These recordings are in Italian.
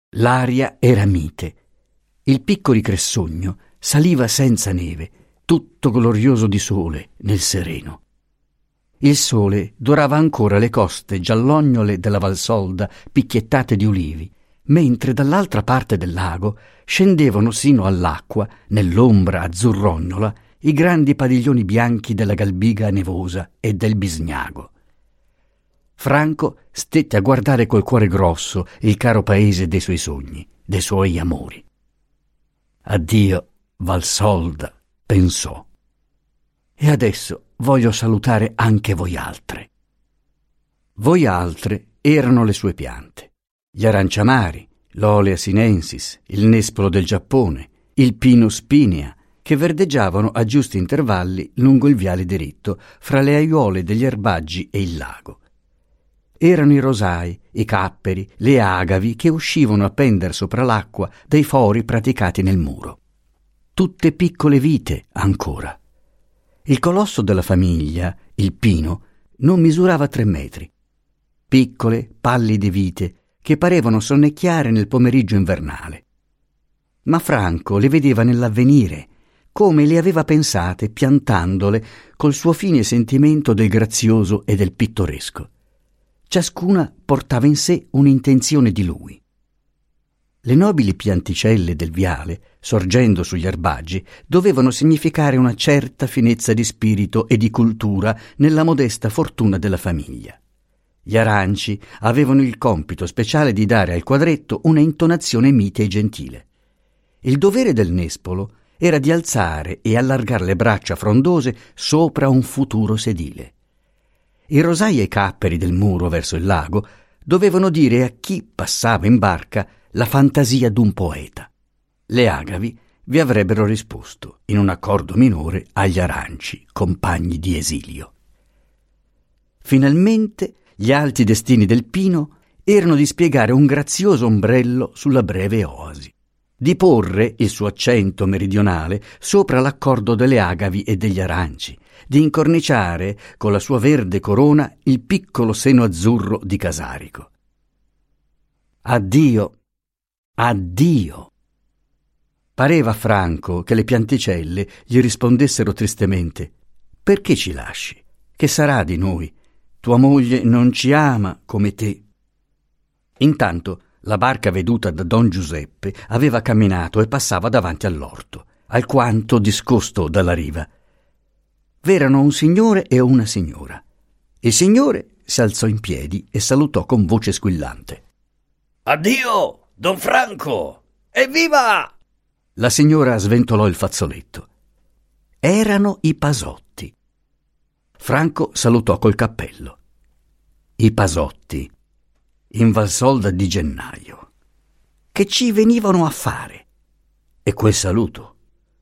L'aria era mite. Il piccolo Cressogno saliva senza neve, tutto glorioso di sole nel sereno. Il sole dorava ancora le coste giallognole della Valsolda picchiettate di ulivi, mentre dall'altra parte del lago scendevano sino all'acqua, nell'ombra azzurrognola, i grandi padiglioni bianchi della Galbiga nevosa e del Bisgnago. Franco stette a guardare col cuore grosso il caro paese dei suoi sogni, dei suoi amori. Addio, Valsolda, pensò. E adesso voglio salutare anche voi altre. Voi altre erano le sue piante, gli aranciamari, l'Olea sinensis, il nespolo del Giappone, il Pinus pinea, che verdeggiavano a giusti intervalli lungo il viale diritto fra le aiuole degli erbaggi e il lago. Erano i rosai, i capperi, le agavi che uscivano a pender sopra l'acqua dai fori praticati nel muro. Tutte piccole vite ancora. Il colosso della famiglia, il pino, non misurava 3 metri. Piccole, pallide vite che parevano sonnecchiare nel pomeriggio invernale. Ma Franco le vedeva nell'avvenire, come le aveva pensate piantandole col suo fine sentimento del grazioso e del pittoresco. Ciascuna portava in sé un'intenzione di lui. Le nobili pianticelle del viale, sorgendo sugli erbaggi, dovevano significare una certa finezza di spirito e di cultura nella modesta fortuna della famiglia. Gli aranci avevano il compito speciale di dare al quadretto una intonazione mite e gentile. Il dovere del nespolo era di alzare e allargare le braccia frondose sopra un futuro sedile. I rosai e i capperi del muro verso il lago dovevano dire a chi passava in barca la fantasia d'un poeta. Le agavi vi avrebbero risposto, in un accordo minore, agli aranci, compagni di esilio. Finalmente gli alti destini del pino erano di spiegare un grazioso ombrello sulla breve oasi, di porre il suo accento meridionale sopra l'accordo delle agavi e degli aranci, di incorniciare con la sua verde corona il piccolo seno azzurro di Casarico. Addio, addio! Pareva a Franco che le pianticelle gli rispondessero tristemente: perché ci lasci? Che sarà di noi? Tua moglie non ci ama come te. Intanto la barca veduta da Don Giuseppe aveva camminato e passava davanti all'orto, alquanto discosto dalla riva. V'erano un signore e una signora. Il signore si alzò in piedi e salutò con voce squillante: Addio, Don Franco! Evviva! La signora sventolò il fazzoletto. Erano i Pasotti. Franco salutò col cappello. I Pasotti, in Valsolda di gennaio. Che ci venivano a fare? E quel saluto?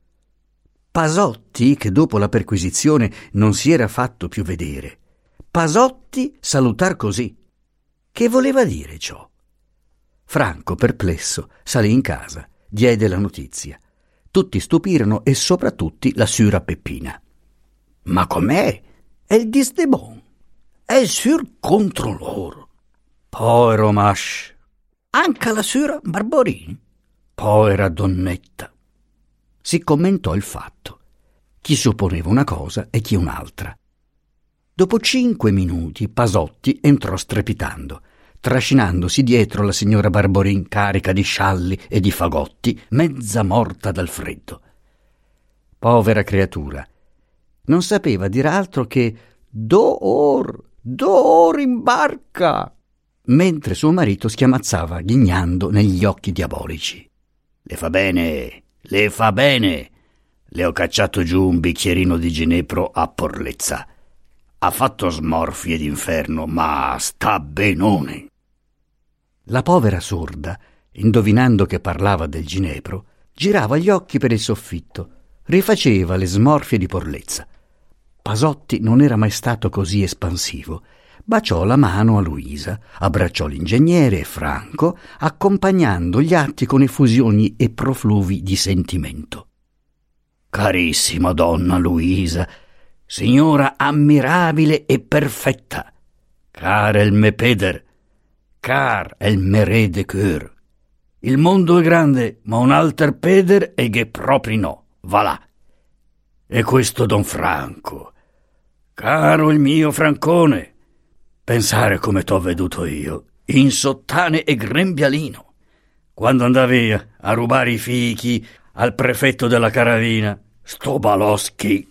Pasotti che dopo la perquisizione non si era fatto più vedere. Pasotti salutar così. Che voleva dire ciò? Franco, perplesso, salì in casa, diede la notizia. Tutti stupirono e soprattutto la signora Peppina. Ma com'è? È il dis de bon. È il sur contro loro. Povero Mash. Anche la signora Barborin. Povera donnetta. Si commentò il fatto. Chi supponeva una cosa e chi un'altra. Dopo 5 minuti Pasotti entrò strepitando, trascinandosi dietro la signora Barborin carica di scialli e di fagotti, mezza morta dal freddo. Povera creatura, non sapeva dir altro che «D'or in barca!» mentre suo marito schiamazzava ghignando negli occhi diabolici. Le fa bene, le fa bene. Le ho cacciato giù un bicchierino di ginepro a Porlezza. Ha fatto smorfie d'inferno, ma sta benone». La povera sorda, indovinando che parlava del ginepro, girava gli occhi per il soffitto, rifaceva le smorfie di Porlezza. Pasotti non era mai stato così espansivo. Baciò la mano a Luisa, abbracciò l'ingegnere e Franco, accompagnando gli atti con effusioni e profluvi di sentimento. «Carissima donna Luisa, signora ammirabile e perfetta, car el me peder, car el me re de cœur, Il mondo è grande, ma un alter peder e che proprio no, va là. E questo Don Franco, caro il mio Francone, pensare come t'ho veduto io, in sottane e grembialino, quando andavi a rubare i fichi al prefetto della Caravina, sto Baloschi.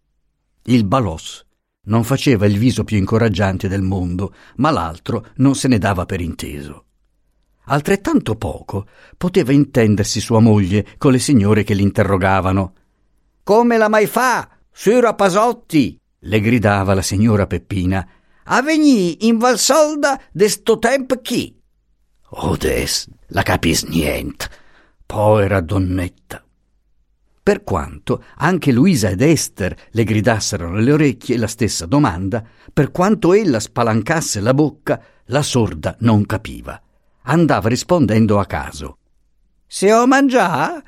Il Balos non faceva il viso più incoraggiante del mondo, ma l'altro non se ne dava per inteso. Altrettanto poco poteva intendersi sua moglie con le signore che l'interrogavano. «Come la mai fa, Sura Pasotti?» le gridava la signora Peppina. «A venì in Valsolda de sto temp chi?» «Odes, la capis nient, povera donnetta». Per quanto anche Luisa ed Ester le gridassero nelle orecchie la stessa domanda, per quanto ella spalancasse la bocca, la sorda non capiva. Andava rispondendo a caso. «Se ho mangià?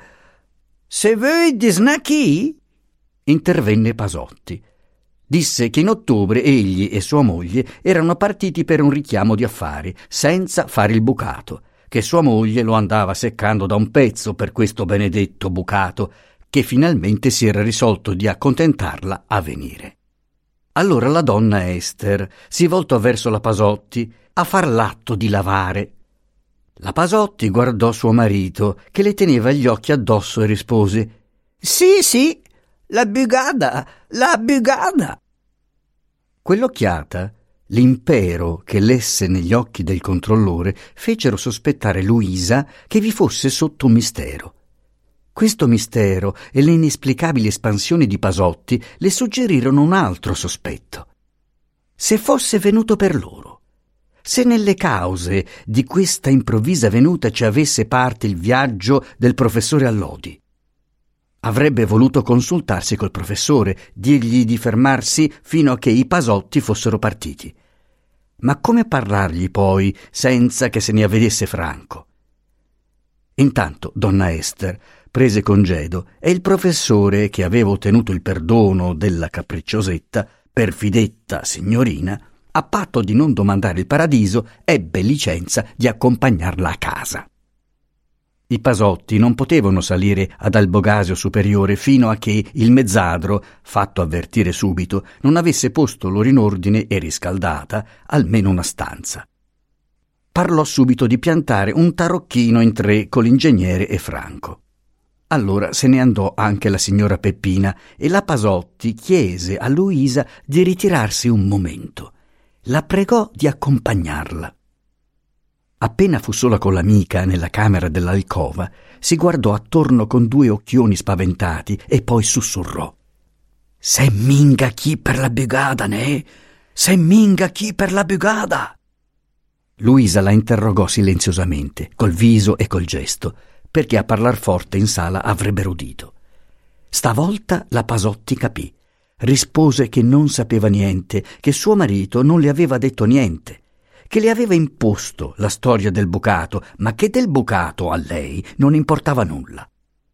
Se vuoi disnacchi?» Intervenne Pasotti. Disse che in ottobre egli e sua moglie erano partiti per un richiamo di affari, senza fare il bucato, che sua moglie lo andava seccando da un pezzo per questo benedetto bucato, che finalmente si era risolto di accontentarla a venire. Allora la donna Ester si voltò verso la Pasotti a far l'atto di lavare. La Pasotti guardò suo marito, che le teneva gli occhi addosso, e rispose: «Sì, la bugada, la bugada!» Quell'occhiata, l'impero che lesse negli occhi del controllore, fecero sospettare Luisa che vi fosse sotto un mistero. Questo mistero e le inesplicabili espansioni di Pasotti le suggerirono un altro sospetto. Se fosse venuto per loro, se nelle cause di questa improvvisa venuta ci avesse parte il viaggio del professore Allodi, avrebbe voluto consultarsi col professore, dirgli di fermarsi fino a che i Pasotti fossero partiti. Ma come parlargli poi senza che se ne avvedesse Franco? Intanto donna Ester prese congedo e il professore, che aveva ottenuto il perdono della capricciosetta, perfidetta signorina, a patto di non domandare il paradiso, ebbe licenza di accompagnarla a casa. I Pasotti non potevano salire ad Albogasio Superiore fino a che il mezzadro, fatto avvertire subito, non avesse posto loro in ordine e riscaldata almeno una stanza. Parlò subito di piantare un tarocchino in 3 con l'ingegnere e Franco. Allora se ne andò anche la signora Peppina e la Pasotti chiese a Luisa di ritirarsi un momento. La pregò di accompagnarla. Appena fu sola con l'amica nella camera dell'alcova, si guardò attorno con 2 occhioni spaventati e poi sussurrò: «Se minga chi per la bugada, ne? Se minga chi per la bugada!» Luisa la interrogò silenziosamente, col viso e col gesto, perché a parlar forte in sala avrebbero udito. Stavolta la Pasotti capì. Rispose che non sapeva niente, che suo marito non le aveva detto niente, che le aveva imposto la storia del bucato, ma che del bucato a lei non importava nulla.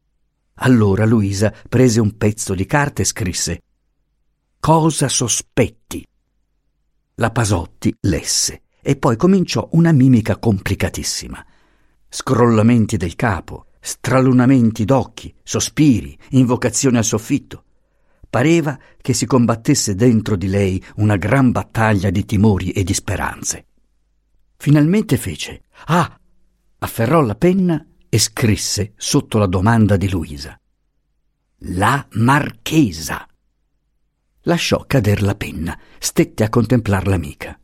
Allora Luisa prese un pezzo di carta e scrisse: «Cosa sospetti?» La Pasotti lesse e poi cominciò una mimica complicatissima. Scrollamenti del capo, stralunamenti d'occhi, sospiri, invocazioni al soffitto. Pareva che si combattesse dentro di lei una gran battaglia di timori e di speranze. Finalmente fece: afferrò la penna e scrisse sotto la domanda di Luisa: «La Marchesa». Lasciò cader la penna, stette a contemplar l'amica.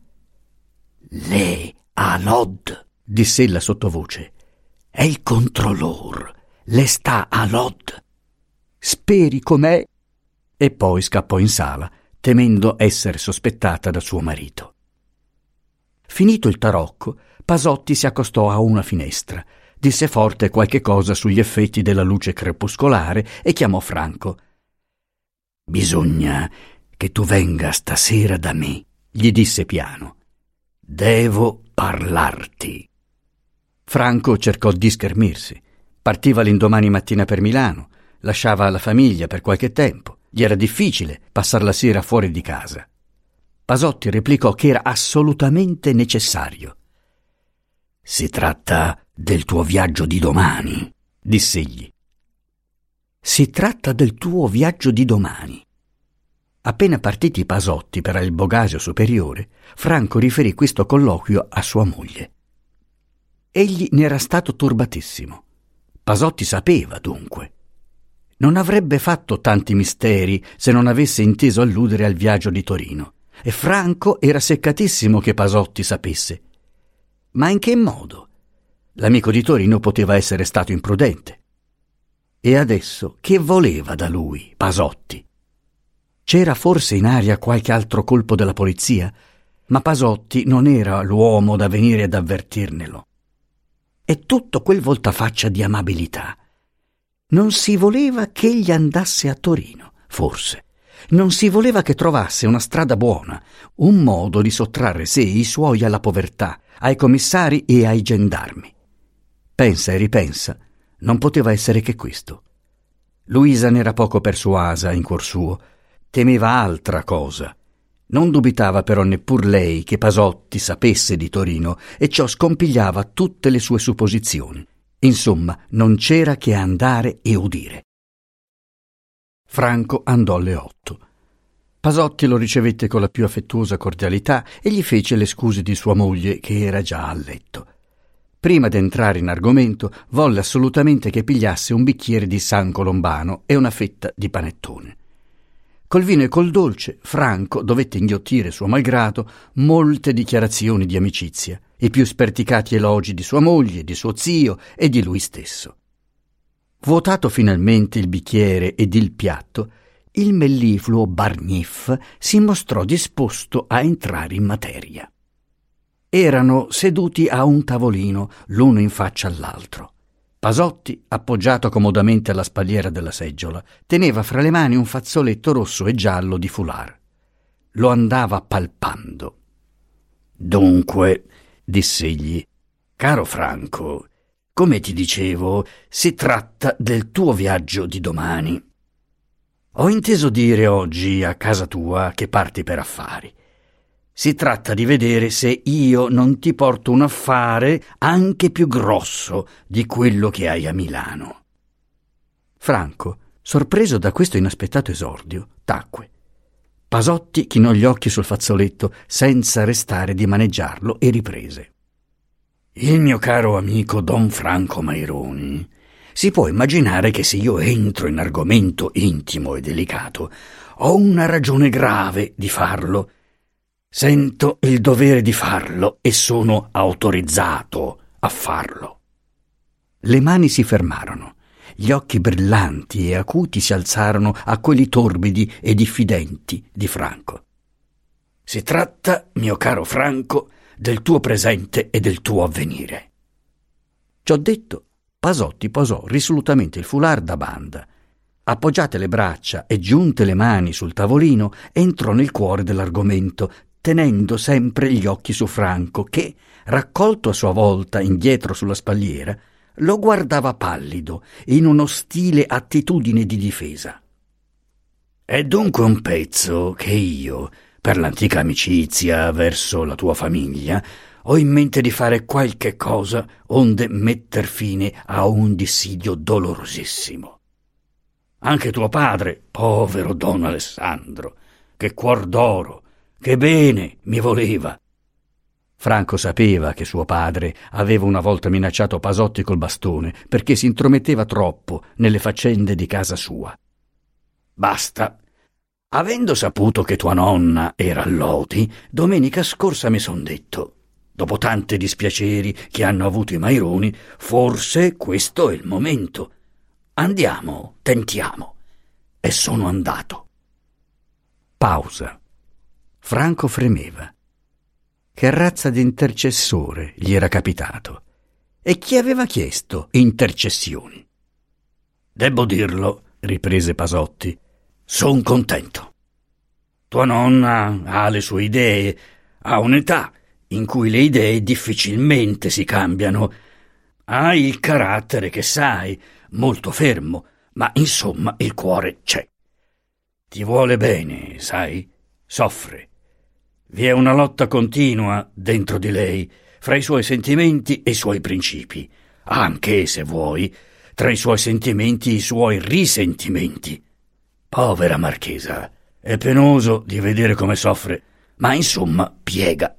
«Le Alod», diss'ella sottovoce, «è il controllor, le sta Alod. Speri com'è?» E poi scappò in sala, temendo essere sospettata da suo marito. Finito il tarocco, Pasotti si accostò a una finestra, disse forte qualche cosa sugli effetti della luce crepuscolare e chiamò Franco. «Bisogna che tu venga stasera da me», gli disse piano. «Devo parlarti». Franco cercò di schermirsi. Partiva l'indomani mattina per Milano, lasciava la famiglia per qualche tempo. Gli era difficile passar la sera fuori di casa. Pasotti replicò che era assolutamente necessario. Si tratta del tuo viaggio di domani, diss'egli. Si tratta del tuo viaggio di domani. Appena partiti i Pasotti per il Bogasio Superiore, Franco riferì questo colloquio a sua moglie. Egli ne era stato turbatissimo. Pasotti sapeva, dunque. Non avrebbe fatto tanti misteri se non avesse inteso alludere al viaggio di Torino, e Franco era seccatissimo che Pasotti sapesse. Ma in che modo? L'amico di Torino poteva essere stato imprudente. E adesso che voleva da lui, Pasotti? C'era forse in aria qualche altro colpo della polizia, ma Pasotti non era l'uomo da venire ad avvertirnelo. E tutto quel voltafaccia di amabilità. Non si voleva che egli andasse a Torino, forse. Non si voleva che trovasse una strada buona, un modo di sottrarre sé e i suoi alla povertà, ai commissari e ai gendarmi. Pensa e ripensa, non poteva essere che questo. Luisa n'era poco persuasa in cuor suo, temeva altra cosa. Non dubitava però neppur lei che Pasotti sapesse di Torino e ciò scompigliava tutte le sue supposizioni. Insomma, non c'era che andare e udire. Franco andò alle 8. Pasotti lo ricevette con la più affettuosa cordialità e gli fece le scuse di sua moglie che era già a letto. Prima d'entrare in argomento, volle assolutamente che pigliasse un bicchiere di San Colombano e una fetta di panettone. Col vino e col dolce, Franco dovette inghiottire suo malgrado molte dichiarazioni di amicizia, i più sperticati elogi di sua moglie, di suo zio e di lui stesso. Vuotato finalmente il bicchiere ed il piatto, il mellifluo Bargniff si mostrò disposto a entrare in materia. Erano seduti a un tavolino, l'uno in faccia all'altro. Pasotti, appoggiato comodamente alla spalliera della seggiola, teneva fra le mani un fazzoletto rosso e giallo di foulard. Lo andava palpando. Dunque, diss'egli, caro Franco, come ti dicevo, si tratta del tuo viaggio di domani. Ho inteso dire oggi a casa tua che parti per affari. Si tratta di vedere se io non ti porto un affare anche più grosso di quello che hai a Milano. Franco, sorpreso da questo inaspettato esordio, tacque. Pasotti chinò gli occhi sul fazzoletto senza restare di maneggiarlo e riprese. Il mio caro amico Don Franco Maironi, si può immaginare che se io entro in argomento intimo e delicato, ho una ragione grave di farlo. Sento il dovere di farlo e sono autorizzato a farlo. Le mani si fermarono, gli occhi brillanti e acuti si alzarono a quelli torbidi e diffidenti di Franco. Si tratta, mio caro Franco, del tuo presente e del tuo avvenire. Ciò detto, Pasotti posò risolutamente il foulard da banda. Appoggiate le braccia e giunte le mani sul tavolino, entrò nel cuore dell'argomento, tenendo sempre gli occhi su Franco che, raccolto a sua volta indietro sulla spalliera, lo guardava pallido, in un'ostile attitudine di difesa. È dunque un pezzo che io, per l'antica amicizia verso la tua famiglia, ho in mente di fare qualche cosa onde metter fine a un dissidio dolorosissimo. Anche tuo padre, povero Don Alessandro, che cuor d'oro, che bene mi voleva. Franco sapeva che suo padre aveva una volta minacciato Pasotti col bastone perché si intrometteva troppo nelle faccende di casa sua. Basta. Avendo saputo che tua nonna era a Lodi, domenica scorsa mi son detto, dopo tanti dispiaceri che hanno avuto i Maironi, forse questo è il momento. Andiamo, tentiamo. E sono andato. Pausa. Franco fremeva. Che razza di intercessore gli era capitato? E chi aveva chiesto intercessioni? Debbo dirlo, riprese Pasotti, son contento. Tua nonna ha le sue idee, ha un'età in cui le idee difficilmente si cambiano. Ha il carattere che sai, molto fermo, ma insomma il cuore c'è. Ti vuole bene, sai, soffre. Vi è una lotta continua dentro di lei, fra i suoi sentimenti e i suoi principi, anche, se vuoi, tra i suoi sentimenti e i suoi risentimenti. Povera marchesa, è penoso di vedere come soffre, ma insomma piega.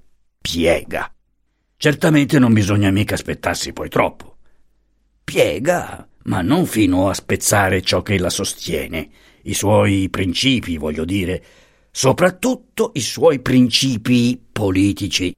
Certamente non bisogna mica aspettarsi poi troppo. Piega, ma non fino a spezzare ciò che la sostiene, i suoi principi, voglio dire, soprattutto i suoi principi politici.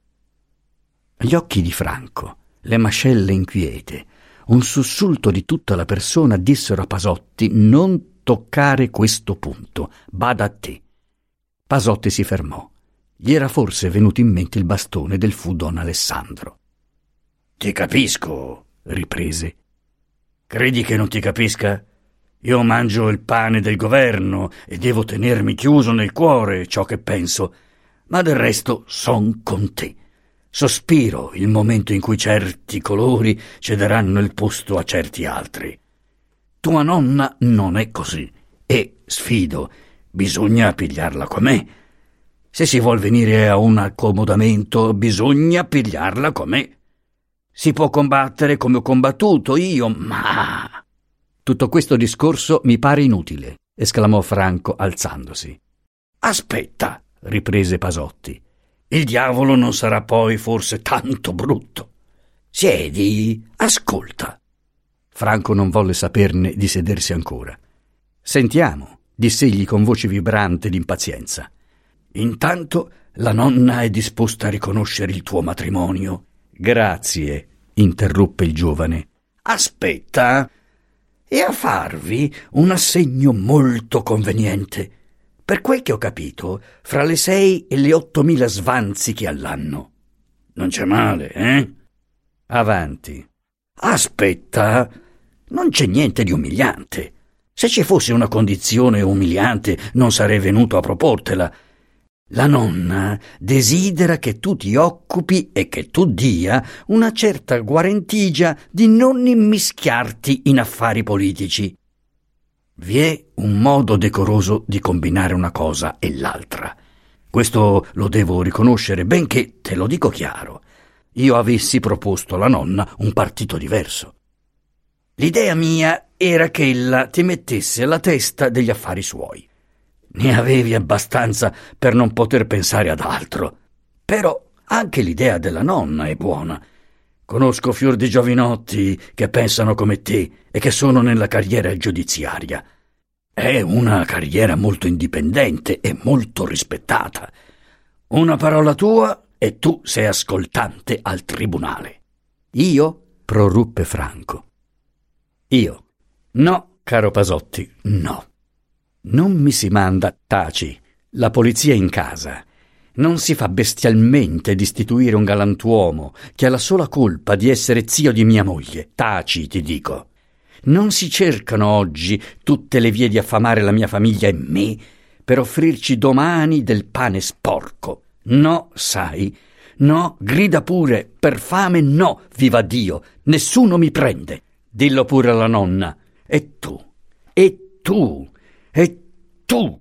Gli occhi di Franco, le mascelle inquiete, un sussulto di tutta la persona dissero a Pasotti: non toccare questo punto, bada a te. Pasotti si fermò. Gli era forse venuto in mente il bastone del fu don Alessandro. Ti capisco, riprese. Credi che non ti capisca? Io mangio il pane del governo e devo tenermi chiuso nel cuore ciò che penso, ma del resto son con te. Sospiro il momento in cui certi colori cederanno il posto a certi altri. Tua nonna non è così e, sfido, bisogna pigliarla com'è. Se si vuol venire a un accomodamento, bisogna pigliarla com'è. Si può combattere come ho combattuto io, ma... Tutto questo discorso mi pare inutile, esclamò Franco alzandosi. Aspetta, riprese Pasotti. Il diavolo non sarà poi forse tanto brutto. Siedi, ascolta. Franco non volle saperne di sedersi ancora. Sentiamo, diss'egli con voce vibrante d'impazienza. Intanto la nonna è disposta a riconoscere il tuo matrimonio. Grazie, interruppe il giovane. Aspetta, e a farvi un assegno molto conveniente. Per quel che ho capito, fra le 6 e le 8.000 svanzichi all'anno. Non c'è male, eh? Avanti. Aspetta, non c'è niente di umiliante. Se ci fosse una condizione umiliante, non sarei venuto a proportela. La nonna desidera che tu ti occupi e che tu dia una certa guarentigia di non immischiarti in affari politici. Vi è un modo decoroso di combinare una cosa e l'altra. Questo lo devo riconoscere, benché, te lo dico chiaro, io avessi proposto alla nonna un partito diverso. L'idea mia era che ella ti mettesse alla testa degli affari suoi. Ne avevi abbastanza per non poter pensare ad altro. Però anche l'idea della nonna è buona. Conosco fior di giovinotti che pensano come te e che sono nella carriera giudiziaria. È una carriera molto indipendente e molto rispettata. Una parola tua e tu sei ascoltante al tribunale. Io? Proruppe Franco. Io? No, caro Pasotti, no. Non mi si manda, taci, la polizia in casa. Non si fa bestialmente destituire un galantuomo che ha la sola colpa di essere zio di mia moglie. Taci, ti dico. Non si cercano oggi tutte le vie di affamare la mia famiglia e me per offrirci domani del pane sporco. No, sai, no, grida pure, per fame no, viva Dio, nessuno mi prende. Dillo pure alla nonna. E tu, e tu, e tu.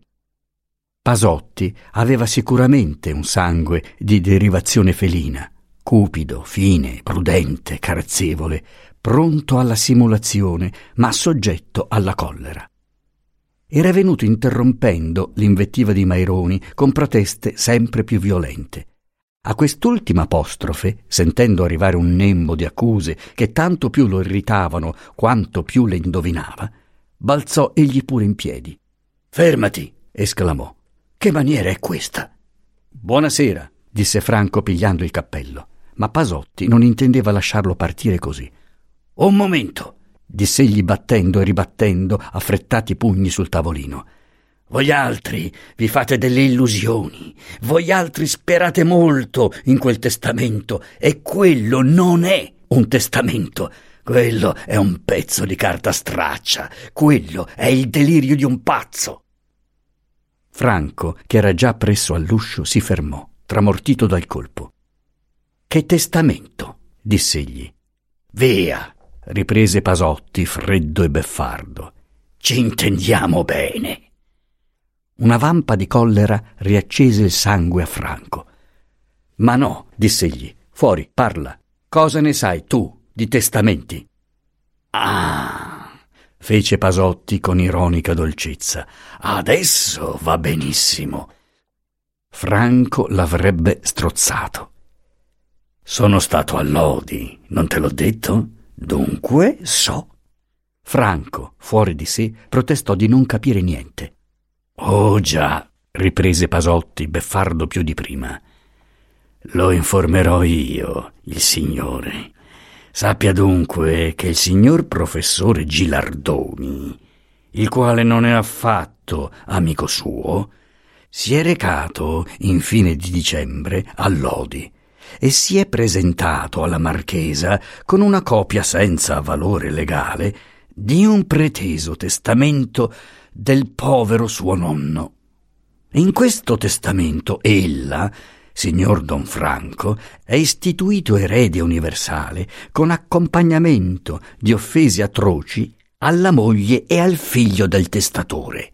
Pasotti aveva sicuramente un sangue di derivazione felina, cupido, fine, prudente, carezzevole, pronto alla simulazione, ma soggetto alla collera. Era venuto interrompendo l'invettiva di Maironi con proteste sempre più violente. A quest'ultima apostrofe, sentendo arrivare un nembo di accuse che tanto più lo irritavano quanto più le indovinava, balzò egli pure in piedi. «Fermati!» esclamò. «Che maniera è questa?» «Buonasera», disse Franco pigliando il cappello, ma Pasotti non intendeva lasciarlo partire così. «Un momento», diss'egli battendo e ribattendo affrettati pugni sul tavolino. «Voi altri vi fate delle illusioni, voi altri sperate molto in quel testamento e quello non è un testamento, quello è un pezzo di carta straccia, quello è il delirio di un pazzo». Franco, che era già presso all'uscio, si fermò, tramortito dal colpo. «Che testamento?» diss'egli. «Via», riprese Pasotti, freddo e beffardo. «Ci intendiamo bene». Una vampa di collera riaccese il sangue a Franco. «Ma no», diss'egli, fuori, parla. Cosa ne sai tu di testamenti?» «Ah», fece Pasotti con ironica dolcezza, «adesso va benissimo». Franco l'avrebbe strozzato. «Sono stato a Lodi, non te l'ho detto? Dunque so». Franco, fuori di sé, protestò di non capire niente. «Oh già», riprese Pasotti, beffardo più di prima. «Lo informerò io, il signore. Sappia dunque che il signor professore Gilardoni, il quale non è affatto amico suo, si è recato in fine di dicembre a Lodi e si è presentato alla marchesa con una copia senza valore legale di un preteso testamento del povero suo nonno. In questo testamento ella, signor Don Franco, è istituito erede universale con accompagnamento di offese atroci alla moglie e al figlio del testatore.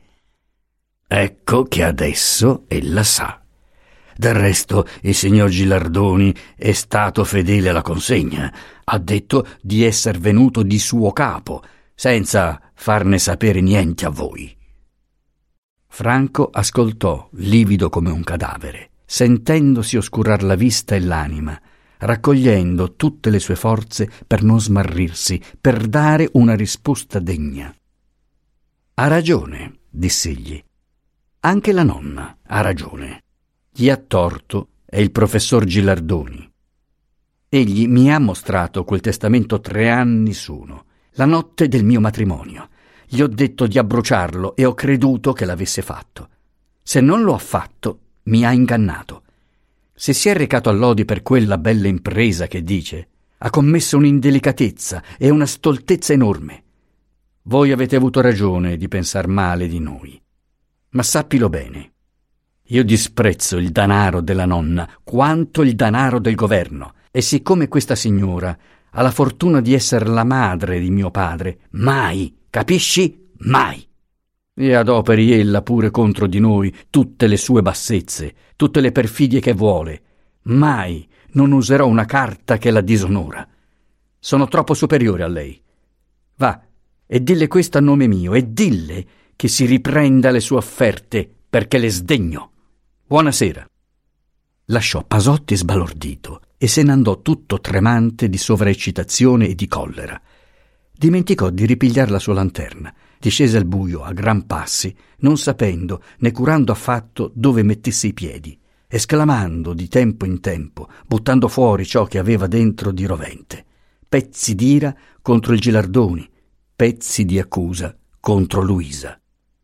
Ecco che adesso ella sa. Del resto il signor Gilardoni è stato fedele alla consegna, ha detto di esser venuto di suo capo, senza farne sapere niente a voi». Franco ascoltò, livido come un cadavere, sentendosi oscurar la vista e l'anima, raccogliendo tutte le sue forze per non smarrirsi, per dare una risposta degna. «Ha ragione», diss'egli. «Anche la nonna ha ragione. Chi ha torto è il professor Gilardoni. Egli mi ha mostrato quel testamento 3 anni sono, la notte del mio matrimonio. Gli ho detto di abbruciarlo e ho creduto che l'avesse fatto. Se non lo ha fatto, mi ha ingannato. Se si è recato a Lodi per quella bella impresa che dice, ha commesso un'indelicatezza e una stoltezza enorme. Voi avete avuto ragione di pensar male di noi. Ma sappilo bene, io disprezzo il danaro della nonna quanto il danaro del governo, e siccome questa signora ha la fortuna di essere la madre di mio padre, mai, capisci? Mai! E adoperi ella pure contro di noi tutte le sue bassezze, tutte le perfidie che vuole. Mai non userò una carta che la disonora. Sono troppo superiore a lei. Va, e dille questo a nome mio, e dille che si riprenda le sue offerte, perché le sdegno. Buonasera». Lasciò Pasotti sbalordito e se ne andò tutto tremante di sovraeccitazione e di collera. Dimenticò di ripigliar la sua lanterna, discese al buio a gran passi, non sapendo né curando affatto dove mettesse i piedi, esclamando di tempo in tempo, buttando fuori ciò che aveva dentro di rovente. Pezzi d'ira contro il Gilardoni, pezzi di accusa contro Luisa.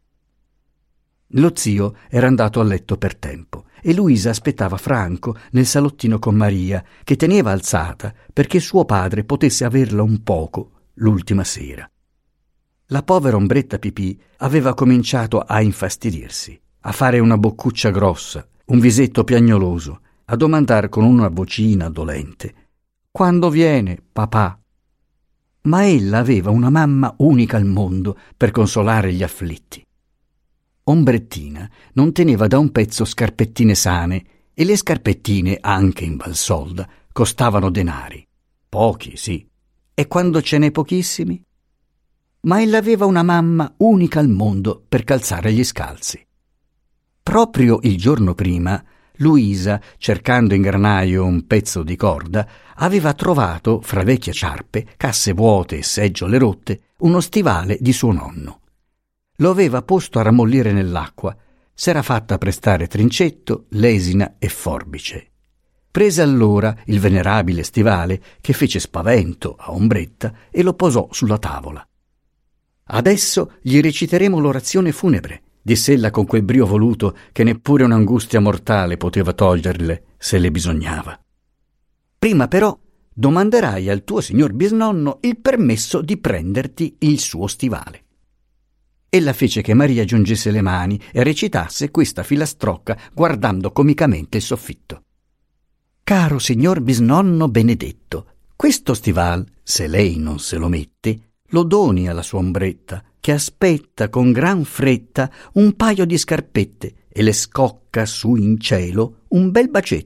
Lo zio era andato a letto per tempo e Luisa aspettava Franco nel salottino con Maria, che teneva alzata perché suo padre potesse averla un poco l'ultima sera. La povera ombretta Pipì aveva cominciato a infastidirsi, a fare una boccuccia grossa, un visetto piagnoloso, a domandar con una vocina dolente: «Quando viene, papà?» Ma ella aveva una mamma unica al mondo per consolare gli afflitti. Ombrettina non teneva da un pezzo scarpettine sane e le scarpettine, anche in Valsolda, costavano denari. Pochi, sì. E quando ce n'è pochissimi? Ma ella aveva una mamma unica al mondo per calzare gli scalzi. Proprio il giorno prima, Luisa, cercando in granaio un pezzo di corda, aveva trovato, fra vecchie ciarpe, casse vuote e seggiole rotte, uno stivale di suo nonno. Lo aveva posto a rammollire nell'acqua, s'era fatta prestare trincetto, lesina e forbice. Prese allora il venerabile stivale, che fece spavento a Ombretta, e lo posò sulla tavola. «Adesso gli reciteremo l'orazione funebre», diss'ella con quel brio voluto che neppure un'angustia mortale poteva toglierle se le bisognava. «Prima però domanderai al tuo signor bisnonno il permesso di prenderti il suo stivale». Ella fece che Maria giungesse le mani e recitasse questa filastrocca guardando comicamente il soffitto. «Caro signor bisnonno benedetto, questo stival, se lei non se lo mette, lo doni alla sua ombretta, che aspetta con gran fretta un paio di scarpette e le scocca su in cielo un bel bacetto,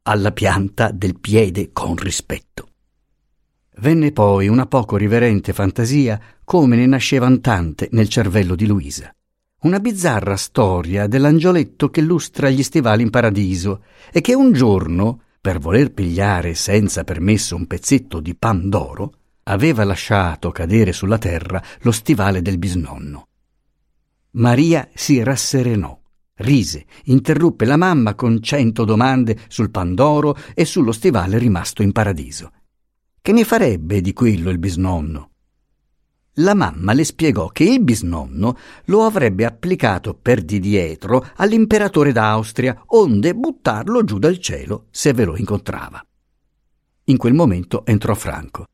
alla pianta del piede con rispetto. Venne poi una poco riverente fantasia, come ne nascevan tante nel cervello di Luisa. Una bizzarra storia dell'angioletto che lustra gli stivali in paradiso e che un giorno, per voler pigliare senza permesso un pezzetto di pan d'oro, aveva lasciato cadere sulla terra lo stivale del bisnonno. Maria si rasserenò, rise, interruppe la mamma con 100 domande sul pan d'oro e sullo stivale rimasto in paradiso. Che ne farebbe di quello il bisnonno? La mamma le spiegò che il bisnonno lo avrebbe applicato per di dietro all'imperatore d'Austria, onde buttarlo giù dal cielo se ve lo incontrava. In quel momento entrò Franco.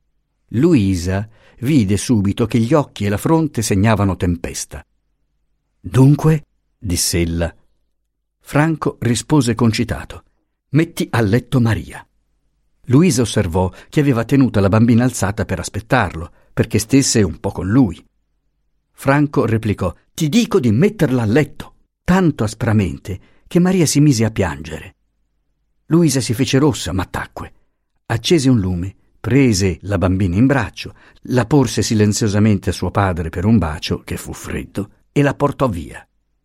Luisa vide subito che gli occhi e la fronte segnavano tempesta. «Dunque?» diss'ella. Franco rispose concitato: «Metti a letto Maria». Luisa osservò che aveva tenuta la bambina alzata per aspettarlo, perché stesse un po' con lui. Franco replicò: «Ti dico di metterla a letto», tanto aspramente che Maria si mise a piangere. Luisa si fece rossa, ma tacque. Accese un lume, prese la bambina in braccio, la porse silenziosamente a suo padre per un bacio, che fu freddo, e la portò via.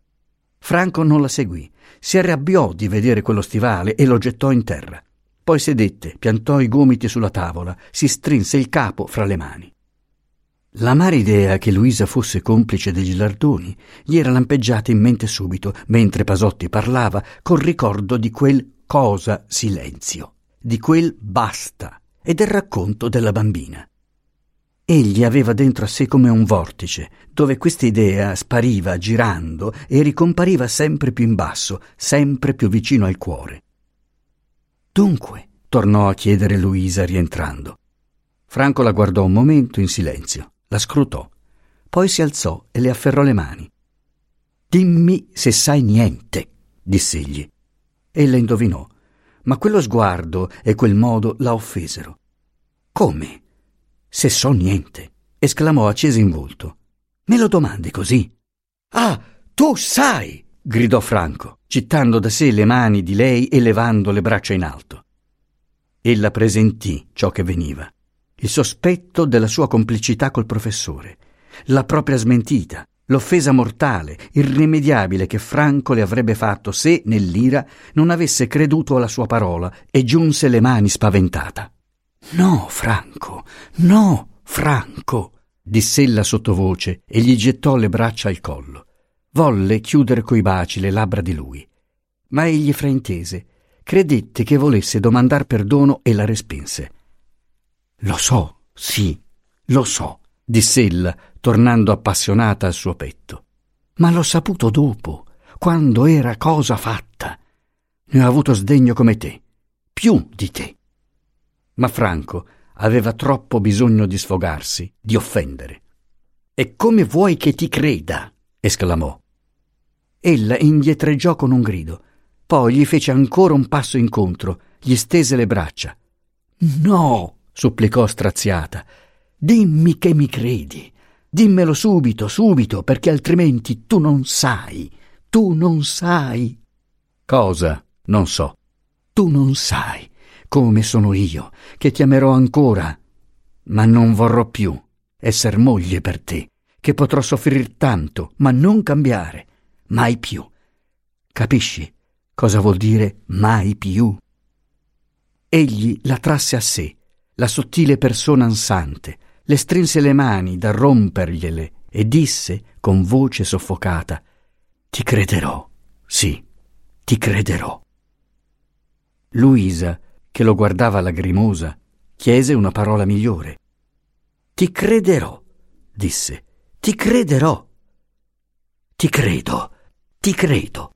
Franco non la seguì, si arrabbiò di vedere quello stivale e lo gettò in terra. Poi sedette, piantò i gomiti sulla tavola, si strinse il capo fra le mani. L'amara idea che Luisa fosse complice degli lardoni gli era lampeggiata in mente subito, mentre Pasotti parlava, col ricordo di quel cosa silenzio, di quel basta e del racconto della bambina. Egli aveva dentro a sé come un vortice, dove questa idea spariva girando e ricompariva sempre più in basso, sempre più vicino al cuore. «Dunque?» tornò a chiedere Luisa rientrando. Franco la guardò un momento in silenzio, la scrutò, poi si alzò e le afferrò le mani. «Dimmi se sai niente», diss'egli. Ella indovinò, ma quello sguardo e quel modo la offesero. «Come? Se so niente», esclamò accesa in volto. «Me lo domandi così?» «Ah, tu sai!» gridò Franco, gittando da sé le mani di lei e levando le braccia in alto. Ella presentì ciò che veniva, il sospetto della sua complicità col professore, la propria smentita, l'offesa mortale, irrimediabile che Franco le avrebbe fatto se, nell'ira, non avesse creduto alla sua parola e giunse le mani spaventata. «No, Franco, no, Franco!» diss'ella sottovoce e gli gettò le braccia al collo. Volle chiudere coi baci le labbra di lui, ma egli fraintese, credette che volesse domandar perdono e la respinse. «Lo so, sì, lo so», diss'ella, tornando appassionata al suo petto. «Ma l'ho saputo dopo, quando era cosa fatta. Ne ho avuto sdegno come te, più di te». Ma Franco aveva troppo bisogno di sfogarsi, di offendere. «E come vuoi che ti creda?» esclamò. Ella indietreggiò con un grido, poi gli fece ancora un passo incontro, gli stese le braccia. «No!» supplicò straziata. «Dimmi che mi credi. Dimmelo subito, subito, perché altrimenti tu non sai. Tu non sai». «Cosa? Non so». «Tu non sai come sono io, che ti amerò ancora, ma non vorrò più esser moglie per te, che potrò soffrir tanto, ma non cambiare. Mai più. Capisci cosa vuol dire mai più?» Egli la trasse a sé, la sottile persona ansante, le strinse le mani da rompergliele e disse con voce soffocata: «Ti crederò, sì, ti crederò». Luisa, che lo guardava lagrimosa, chiese una parola migliore. «Ti crederò», disse, «ti crederò». «Ti credo, ti credo».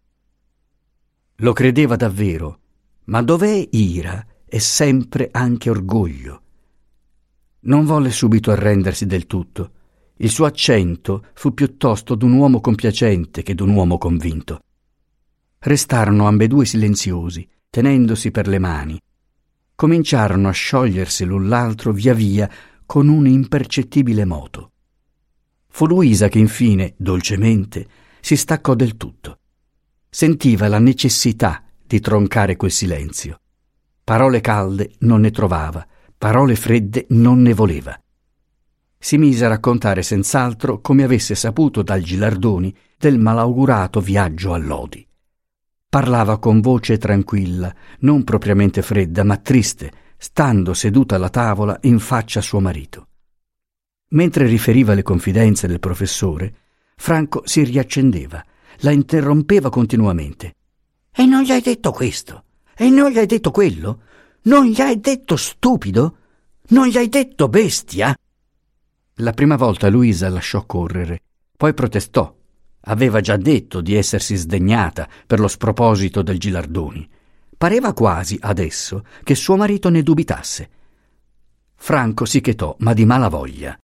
Lo credeva davvero, ma dov'è ira è sempre anche orgoglio. Non volle subito arrendersi del tutto. Il suo accento fu piuttosto d'un uomo compiacente che d'un uomo convinto. Restarono ambedue silenziosi, tenendosi per le mani. Cominciarono a sciogliersi l'un l'altro via via con un impercettibile moto. Fu Luisa che infine, dolcemente, si staccò del tutto. Sentiva la necessità di troncare quel silenzio. Parole calde non ne trovava, parole fredde non ne voleva. Si mise a raccontare senz'altro come avesse saputo dal Gilardoni del malaugurato viaggio a Lodi. Parlava con voce tranquilla, non propriamente fredda, ma triste, stando seduta alla tavola in faccia a suo marito. Mentre riferiva le confidenze del professore, Franco si riaccendeva, la interrompeva continuamente. «E non gli hai detto questo? E non gli hai detto quello? Non gli hai detto stupido? Non gli hai detto bestia?» La prima volta Luisa lasciò correre, poi protestò. Aveva già detto di essersi sdegnata per lo sproposito del Gilardoni. Pareva quasi, adesso, che suo marito ne dubitasse. Franco si chetò, ma di mala voglia.